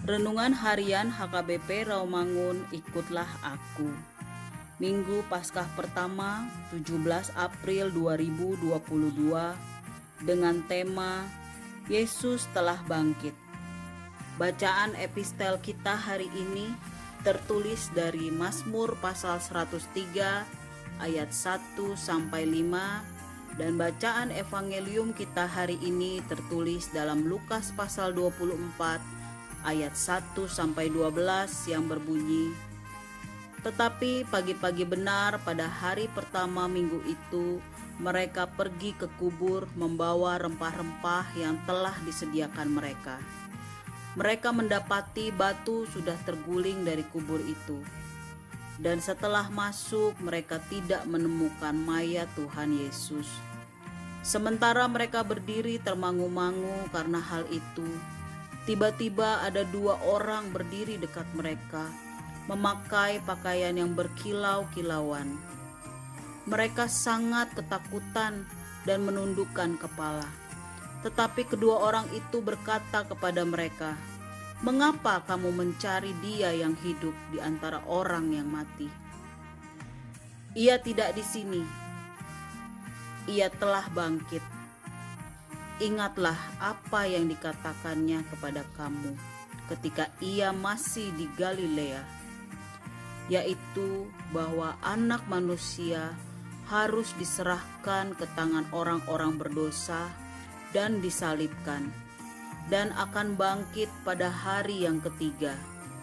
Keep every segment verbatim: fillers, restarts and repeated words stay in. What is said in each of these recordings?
Renungan Harian H K B P Rawamangun, ikutlah aku. Minggu Paskah pertama, tujuh belas April dua ribu dua puluh dua, dengan tema Yesus telah bangkit. Bacaan epistel kita hari ini tertulis dari Mazmur pasal seratus tiga ayat satu sampai lima, dan bacaan evangelium kita hari ini tertulis dalam Lukas pasal dua puluh empat ayat satu sampai dua belas yang berbunyi, "Tetapi pagi-pagi benar pada hari pertama minggu itu, mereka pergi ke kubur membawa rempah-rempah yang telah disediakan mereka. Mereka mendapati batu sudah terguling dari kubur itu. Dan setelah masuk, mereka tidak menemukan mayat Tuhan Yesus. Sementara mereka berdiri termangu-mangu karena hal itu, tiba-tiba ada dua orang berdiri dekat mereka, memakai pakaian yang berkilau-kilauan. Mereka sangat ketakutan dan menundukkan kepala. Tetapi kedua orang itu berkata kepada mereka, 'Mengapa kamu mencari Dia yang hidup di antara orang yang mati? Ia tidak di sini. Ia telah bangkit. Ingatlah apa yang dikatakannya kepada kamu ketika Ia masih di Galilea, yaitu bahwa Anak Manusia harus diserahkan ke tangan orang-orang berdosa dan disalibkan, dan akan bangkit pada hari yang ketiga.'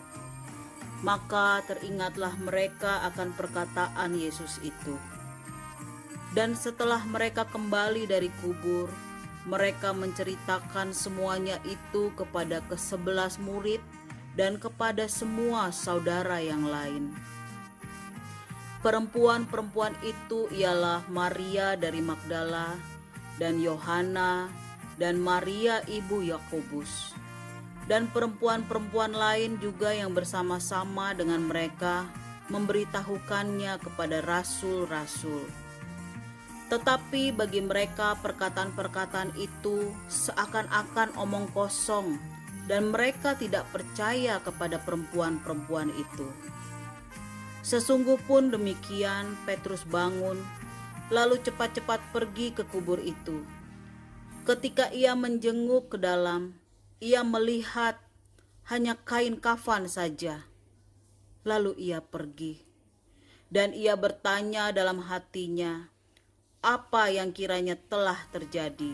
Maka teringatlah mereka akan perkataan Yesus itu. Dan setelah mereka kembali dari kubur, mereka menceritakan semuanya itu kepada kesebelas murid dan kepada semua saudara yang lain. Perempuan-perempuan itu ialah Maria dari Magdala, dan Yohana, dan Maria ibu Yakobus, dan perempuan-perempuan lain juga yang bersama-sama dengan mereka memberitahukannya kepada rasul-rasul. Tetapi bagi mereka perkataan-perkataan itu seakan-akan omong kosong, dan mereka tidak percaya kepada perempuan-perempuan itu. Sesungguh pun demikian, Petrus bangun, lalu cepat-cepat pergi ke kubur itu. Ketika ia menjenguk ke dalam, ia melihat hanya kain kafan saja. Lalu ia pergi, dan ia bertanya dalam hatinya, apa yang kiranya telah terjadi.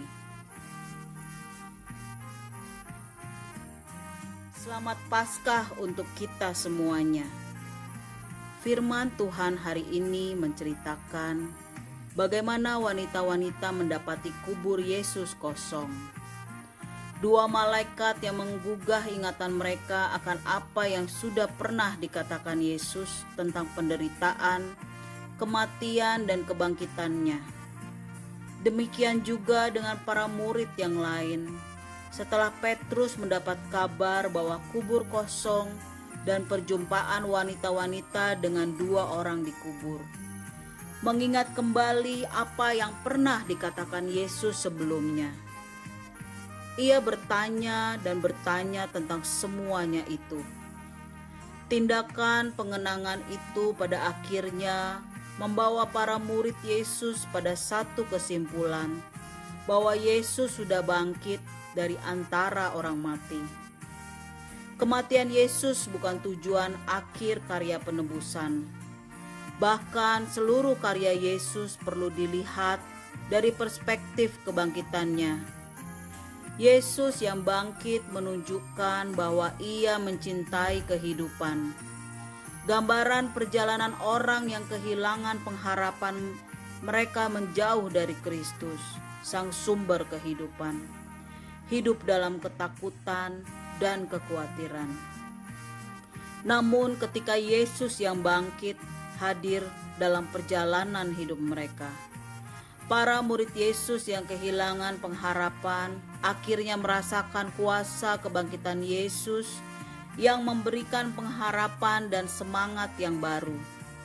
Selamat Paskah untuk kita semuanya. Firman Tuhan hari ini menceritakan bagaimana wanita-wanita mendapati kubur Yesus kosong. Dua malaikat yang menggugah ingatan mereka akan apa yang sudah pernah dikatakan Yesus tentang penderitaan, kematian, dan kebangkitannya. Demikian juga dengan para murid yang lain. Setelah Petrus mendapat kabar bahwa kubur kosong dan perjumpaan wanita-wanita dengan dua orang di kubur, mengingat kembali apa yang pernah dikatakan Yesus sebelumnya, ia bertanya dan bertanya tentang semuanya itu. Tindakan pengenangan itu pada akhirnya membawa para murid Yesus pada satu kesimpulan, bahwa Yesus sudah bangkit dari antara orang mati. Kematian Yesus bukan tujuan akhir karya penebusan. Bahkan seluruh karya Yesus perlu dilihat dari perspektif kebangkitannya. Yesus yang bangkit menunjukkan bahwa Ia mencintai kehidupan. Gambaran perjalanan orang yang kehilangan pengharapan mereka menjauh dari Kristus, Sang sumber kehidupan, hidup dalam ketakutan dan kekhawatiran. Namun ketika Yesus yang bangkit hadir dalam perjalanan hidup mereka, para murid Yesus yang kehilangan pengharapan akhirnya merasakan kuasa kebangkitan Yesus yang memberikan pengharapan dan semangat yang baru.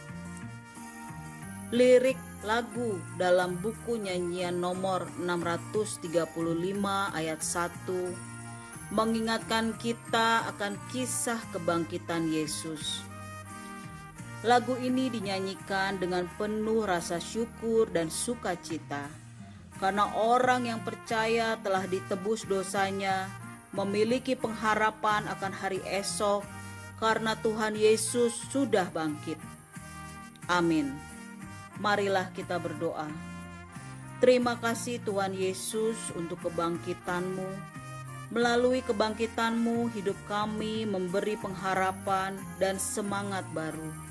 Lirik lagu dalam buku nyanyian nomor enam ratus tiga puluh lima ayat satu mengingatkan kita akan kisah kebangkitan Yesus. Lagu ini dinyanyikan dengan penuh rasa syukur dan sukacita, karena orang yang percaya telah ditebus dosanya, memiliki pengharapan akan hari esok, karena Tuhan Yesus sudah bangkit. Amin. Marilah kita berdoa. Terima kasih Tuhan Yesus untuk kebangkitan-Mu. Melalui kebangkitan-Mu, hidup kami memberi pengharapan dan semangat baru.